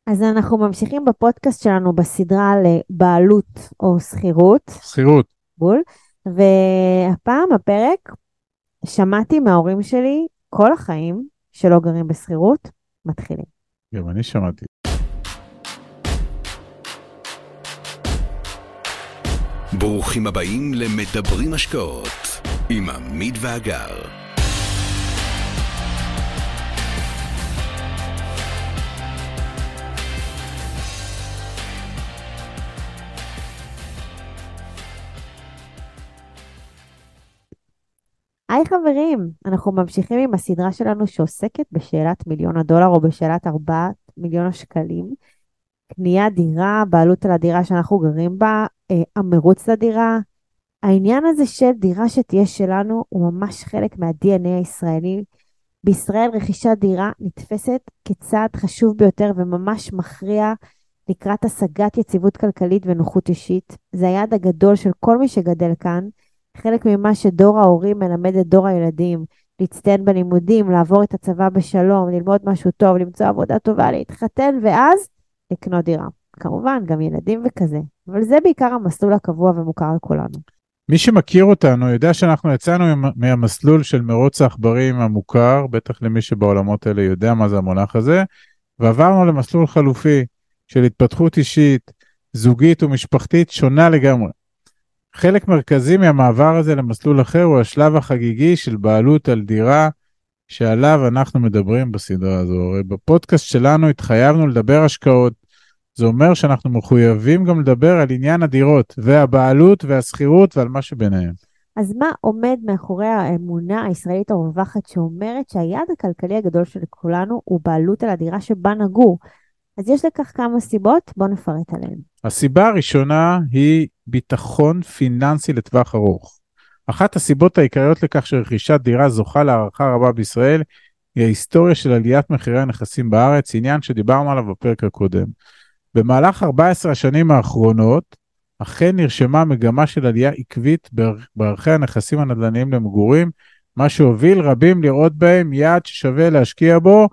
אז אנחנו ממשיכים בפודקאסט שלנו בסדרה לבעלות או שכירות, שכירות. בול, והפעם הפרק שמעתי מההורים שלי כל החיים שלא גרים בשכירות, מתחילים. גם אני שמעתי. ברוכים הבאים למדברים השקעות עם עמית ואגר. היי חברים, אנחנו ממשיכים עם הסדרה שלנו שעוסקת בשאלת $1,000,000 או בשאלת 4,000,000 השקלים. קניית דירה, בעלות על הדירה שאנחנו גרים בה, המרוץ לדירה. העניין הזה של דירה שתהיה שלנו הוא ממש חלק מה-DNA הישראלי. בישראל רכישת דירה נתפסת כצעד חשוב ביותר וממש מכריע לקראת השגת יציבות כלכלית ונוחות אישית. זה היעד הגדול של כל מי שגדל כאן. חלק ממה שדור ההורים מלמד את דור הילדים, להצטיין בלימודים, לעבור את הצבא בשלום, ללמוד משהו טוב, למצוא עבודה טובה, להתחתן ואז לקנות דירה. כמובן, גם ילדים וכזה. אבל זה בעיקר המסלול הקבוע ומוכר לכולנו. מי שמכיר אותנו יודע שאנחנו יצאנו מהמסלול של מרוץ העכברים המוכר, בטח למי שבעולמות האלה יודע מה זה המונח הזה, ועברנו למסלול חלופי של התפתחות אישית, זוגית ומשפחתית שונה לגמרי. חלק מרכזי מהמעבר הזה למסלול אחר הוא השלב החגיגי של בעלות על דירה שעליו אנחנו מדברים בסדרה הזו. הרי בפודקאסט שלנו התחייבנו לדבר השקעות, זה אומר שאנחנו מחויבים גם לדבר על עניין הדירות והבעלות והשכירות ועל מה שביניהם. אז מה עומד מאחורי האמונה הישראלית הרווחת שאומרת שהיעד הכלכלי הגדול של כולנו הוא בעלות על הדירה שבה נגור? אז יש לכך כמה סיבות, בואו נפרט עליהן. הסיבה הראשונה היא ביטחון פיננסי לטווח ארוך. אחת הסיבות העיקריות לכך שרכישת דירה זוכה להערכה רבה בישראל היא ההיסטוריה של עליית מחירי הנכסים בארץ, עניין שדיברנו עליו בפרק הקודם. במהלך 14 השנים האחרונות, אכן נרשמה מגמה של עלייה עקבית בערכי הנכסים הנדל"ניים למגורים, מה שהוביל רבים לראות בהם יעד ששווה להשקיע בו,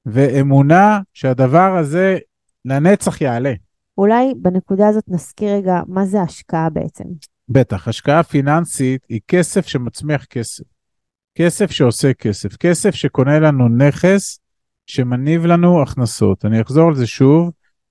ואמונה שהדבר הזה לנצח יעלה. אולי בנקודה הזאת נזכיר רגע מה זה השקעה בעצם. בטח, השקעה פיננסית היא כסף שמצמיח כסף. כסף שעושה כסף. כסף שקונה לנו נכס שמניב לנו הכנסות. אני אחזור על זה שוב.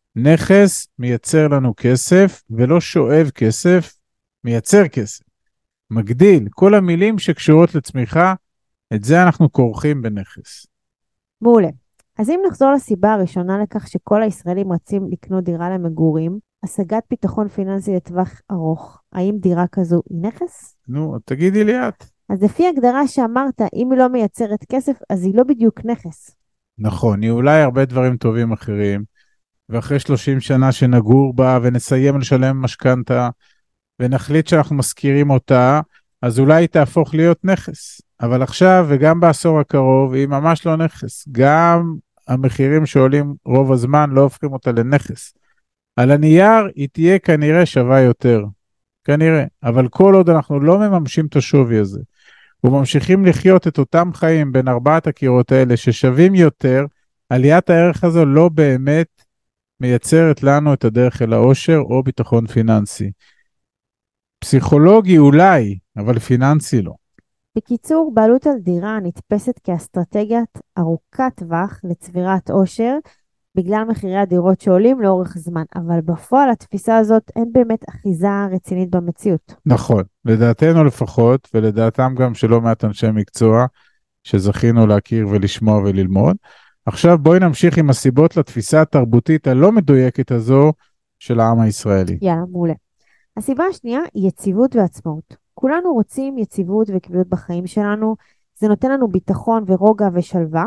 נכס מייצר לנו כסף, ולא שואב כסף, מייצר כסף. מגדיל, כל המילים שקשורות לצמיחה, את זה אנחנו כורכים בנכס. מעולה. אז אם נחזור לסיבה הראשונה לכך שכל הישראלים רצים לקנות דירה למגורים, השגת ביטחון פיננסי לטווח ארוך, האם דירה כזו היא נכס? נו, תגידי לי את. אז לפי הגדרה שאמרת, אם היא לא מייצרת כסף, אז היא לא בדיוק נכס. נכון, היא אולי הרבה דברים טובים אחרים, ואחרי 30 שנה שנגור בה ונסיים לשלם משכנתה, ונחליט שאנחנו מזכירים אותה, אז אולי היא תהפוך להיות נכס. אבל עכשיו וגם בעשור הקרוב היא ממש לא נכס. גם המחירים שעולים רוב הזמן לא הופכים אותה לנכס. על הנייר היא תהיה כנראה שווה יותר. כנראה. אבל כל עוד אנחנו לא מממשים את השווי הזה, וממשיכים לחיות את אותם חיים בין ארבעת הקירות האלה ששווים יותר, עליית הערך הזו לא באמת מייצרת לנו את הדרך אל העושר או ביטחון פיננסי. פסיכולוגי אולי, אבל פיננסי לא. בקיצור, בעלות על דירה נתפסת כאסטרטגיית ארוכת טווח לצבירת עושר, בגלל מחירי הדירות שעולים לאורך זמן, אבל בפועל התפיסה הזאת אין באמת אחיזה רצינית במציאות. נכון, לדעתנו לפחות, ולדעתם גם שלא מעט אנשי מקצוע, שזכינו להכיר ולשמוע וללמוד. עכשיו בואי נמשיך עם הסיבות לתפיסה התרבותית הלא מדויקת הזו של העם הישראלי. יאללה, מעולה. הסיבה השנייה היא יציבות ועצמאות. כולנו רוצים יציבות וקביעות בחיים שלנו, זה נותן לנו ביטחון ורוגע ושלווה,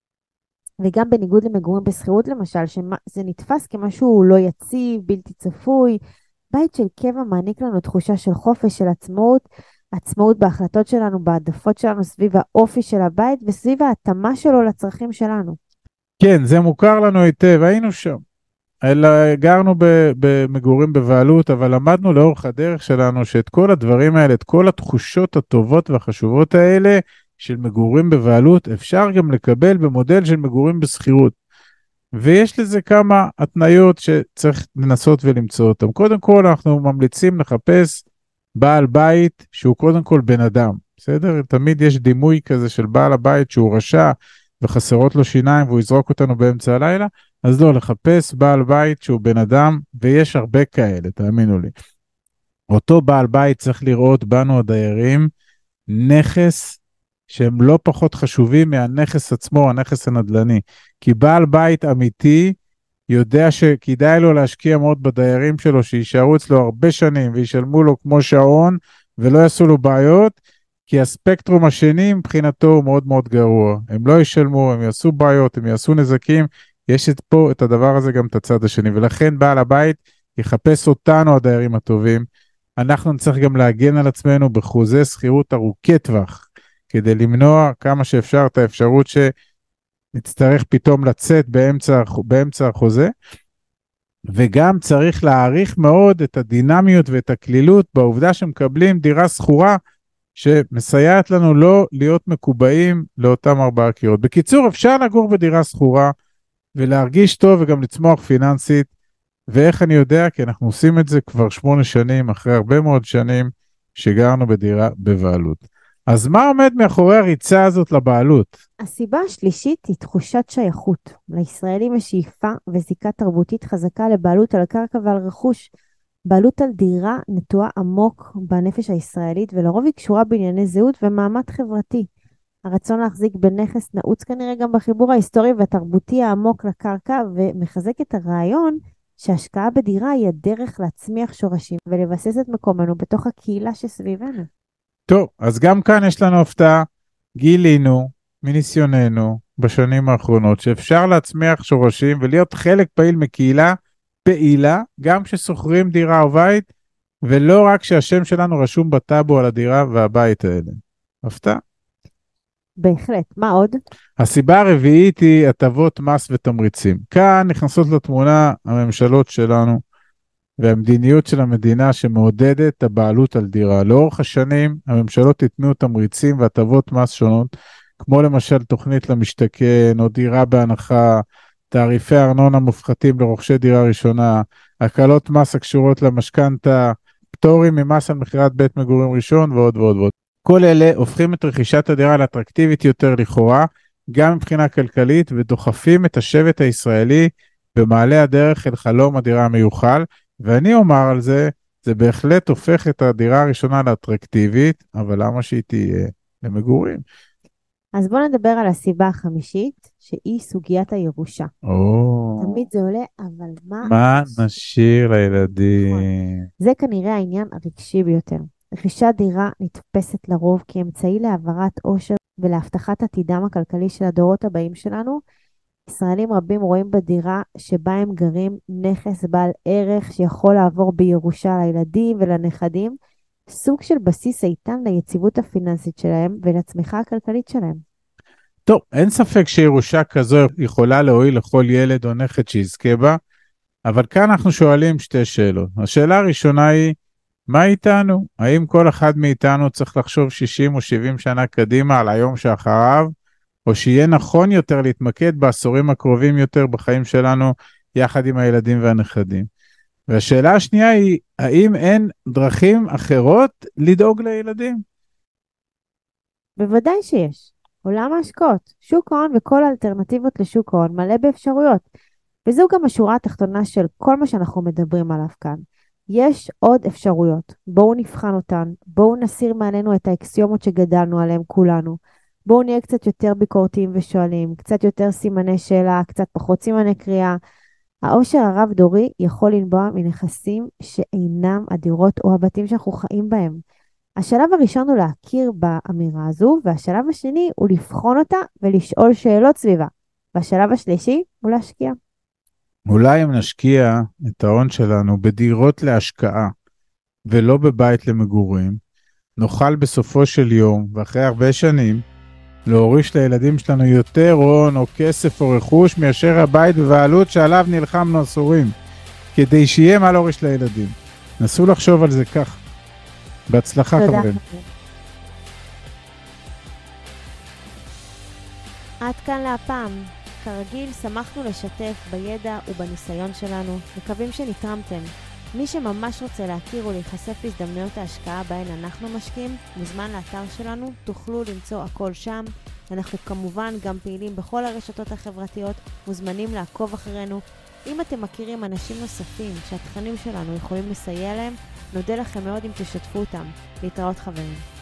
וגם בניגוד למגורים בשכירות למשל, שזה נתפס כמשהו לא יציב, בלתי צפוי, בית של קבע מעניק לנו תחושה של חופש, של עצמאות, עצמאות בהחלטות שלנו, בעדפות שלנו, סביב האופי של הבית וסביב ההתאמה שלו לצרכים שלנו. כן, זה מוכר לנו היטב, היינו שם. אלא גרנו במגורים בבעלות, אבל למדנו לאורך הדרך שלנו שאת כל הדברים האלה, את כל התחושות הטובות והחשובות האלה של מגורים בבעלות, אפשר גם לקבל במודל של מגורים בשכירות. ויש לזה כמה התניות שצריך לנסות ולמצוא אותם. קודם כל אנחנו ממליצים לחפש בעל בית שהוא קודם כל בן אדם, בסדר? תמיד יש דימוי כזה של בעל הבית שהוא רשע וחסרות לו שיניים והוא יזרוק אותנו באמצע הלילה, אז לא, לחפש בעל בית שהוא בן אדם, ויש הרבה כאלה, תאמינו לי. אותו בעל בית צריך לראות בנו הדיירים נכס שהם לא פחות חשובים מהנכס עצמו, הנכס הנדל"ני. כי בעל בית אמיתי יודע שכדאי לו להשקיע מאוד בדיירים שלו, שישארו אצלו הרבה שנים וישלמו לו כמו שעון ולא יעשו לו בעיות, כי הספקטרום השני מבחינתו הוא מאוד מאוד גרוע. הם לא ישלמו, הם יעשו בעיות, הם יעשו נזקים, יש פה את הדבר הזה גם את הצד השני, ולכן בעל הבית יחפש אותנו הדיירים הטובים. אנחנו נצטרך גם להגן על עצמנו בחוזה שכירות ארוכי טווח, כדי למנוע כמה שאפשר את האפשרות שנצטרך פתאום לצאת באמצע החוזה, וגם צריך להעריך מאוד את הדינמיות ואת הכלילות בעובדה שמקבלים דירה שכורה, שמסייעת לנו לא להיות מקובעים לאותם 4 קירות. בקיצור, אפשר לגור בדירה שכורה, ולהרגיש טוב וגם לצמוח פיננסית, ואיך אני יודע? כי אנחנו עושים את זה כבר 8 שנים, אחרי הרבה מאוד שנים שגרנו בדירה בבעלות. אז מה עומד מאחורי הריצה הזאת לבעלות? הסיבה השלישית היא תחושת שייכות. לישראלים יש שאיפה וזיקה תרבותית חזקה לבעלות על קרקע ועל רכוש. בעלות על דירה נטועה עמוק בנפש הישראלית, ולרוב היא קשורה בענייני זהות ומעמד חברתי. הרצון להחזיק בנכס נעוץ כנראה גם בחיבור ההיסטורי והתרבותי העמוק לקרקע, ומחזק את הרעיון שהשקעה בדירה היא הדרך להצמיח שורשים ולבסס את מקומנו בתוך הקהילה שסביבנו. טוב, אז גם כאן יש לנו הפתעה. גילינו מניסיוננו בשנים האחרונות שאפשר להצמיח שורשים ולהיות חלק פעיל מקהילה פעילה, גם כששוכרים דירה או בית, ולא רק שהשם שלנו רשום בטאבו על הדירה והבית האלה. הפתעה. בהחלט. מה עוד? הסיבה הרביעית היא הטבות מס ותמריצים. כאן נכנסות לתמונה הממשלות שלנו, והמדיניות של המדינה שמעודדת את הבעלות על דירה. לאורך השנים הממשלות ייתנו תמריצים והטבות מס שונות, כמו למשל תוכנית למשתכן, או דירה בהנחה, תעריפי ארנונה מופחתים לרוכשי דירה ראשונה, הקלות מס הקשורות למשכנתה, פטורים ממס על מכירת בית מגורים ראשון ועוד ועוד ועוד. כל אלה הופכים את רכישת הדירה לאטרקטיבית יותר לכאורה, גם מבחינה כלכלית, ודוחפים את השבט הישראלי במעלה הדרך אל חלום הדירה המיוחל, ואני אומר על זה, זה בהחלט הופך את הדירה הראשונה לאטרקטיבית, אבל למה שהיא תהיה למגורים? אז בואו נדבר על הסיבה החמישית, שהיא סוגיית הירושה. תמיד זה עולה, אבל מה נשאיר לילדים? זה כנראה העניין הרגשי ביותר. רכישת דירה נתפסת לרוב כאמצעי להעברת עושר ולהבטחת עתידם הכלכלי של הדורות הבאים שלנו. ישראלים רבים רואים בדירה שבה הם גרים נכס בעל ערך שיכול לעבור בירושה לילדים ולנכדים, סוג של בסיס איתן ליציבות הפיננסית שלהם ולצמיחה הכלכלית שלהם. טוב, אין ספק שירושה כזו יכולה להועיל לכל ילד או נכד שיזכה בה, אבל כאן אנחנו שואלים 2 שאלות. השאלה הראשונה היא, מה איתנו? האם כל אחד מאיתנו צריך לחשוב 60 או 70 שנה קדימה על היום שאחריו, או שיהיה נכון יותר להתמקד בעשורים הקרובים יותר בחיים שלנו, יחד עם הילדים והנכדים? והשאלה השנייה היא, האם אין דרכים אחרות לדאוג לילדים? בוודאי שיש. עולם ההשקעות, שוק ההון וכל האלטרנטיבות לשוק ההון מלא באפשרויות. וזו גם השורה התחתונה של כל מה שאנחנו מדברים עליו כאן. יש עוד אפשרויות, בואו נבחן אותן, בואו נסיר מעלינו את האקסיומות שגדלנו עליהם כולנו, בואו נהיה קצת יותר ביקורתיים ושואלים, קצת יותר סימני שאלה, קצת פחות סימני קריאה. העושר הרב דורי יכול לנבוע מנכסים שאינם הדירות או הבתים שאנחנו חיים בהם. השלב הראשון הוא להכיר באמירה הזו, והשלב השני הוא לבחון אותה ולשאול שאלות סביבה. והשלב השלישי הוא להשקיע. אולי אם נשקיע את ההון שלנו בדירות להשקעה, ולא בבית למגורים, נוכל בסופו של יום, ואחרי הרבה שנים, להוריש לילדים שלנו יותר הון או כסף או רכוש, מאשר הבית בבעלות שעליו נלחמנו עשורים, כדי שיהיה מה להוריש לילדים. נסו לחשוב על זה כך. בהצלחה חברים. עד כאן להפעם. כרגיל, שמחנו לשתף בידע ובניסיון שלנו, מקווים שנתרמתם. מי שממש רוצה להכיר ולהיחשף להזדמנויות ההשקעה בהן אנחנו משקיעים, מוזמן לאתר שלנו, תוכלו למצוא הכל שם. אנחנו כמובן גם פעילים בכל הרשתות החברתיות, מוזמנים לעקוב אחרינו. אם אתם מכירים אנשים נוספים שהתכנים שלנו יכולים לסייע להם, נודה לכם מאוד אם תשתפו אותם. להתראות חברים.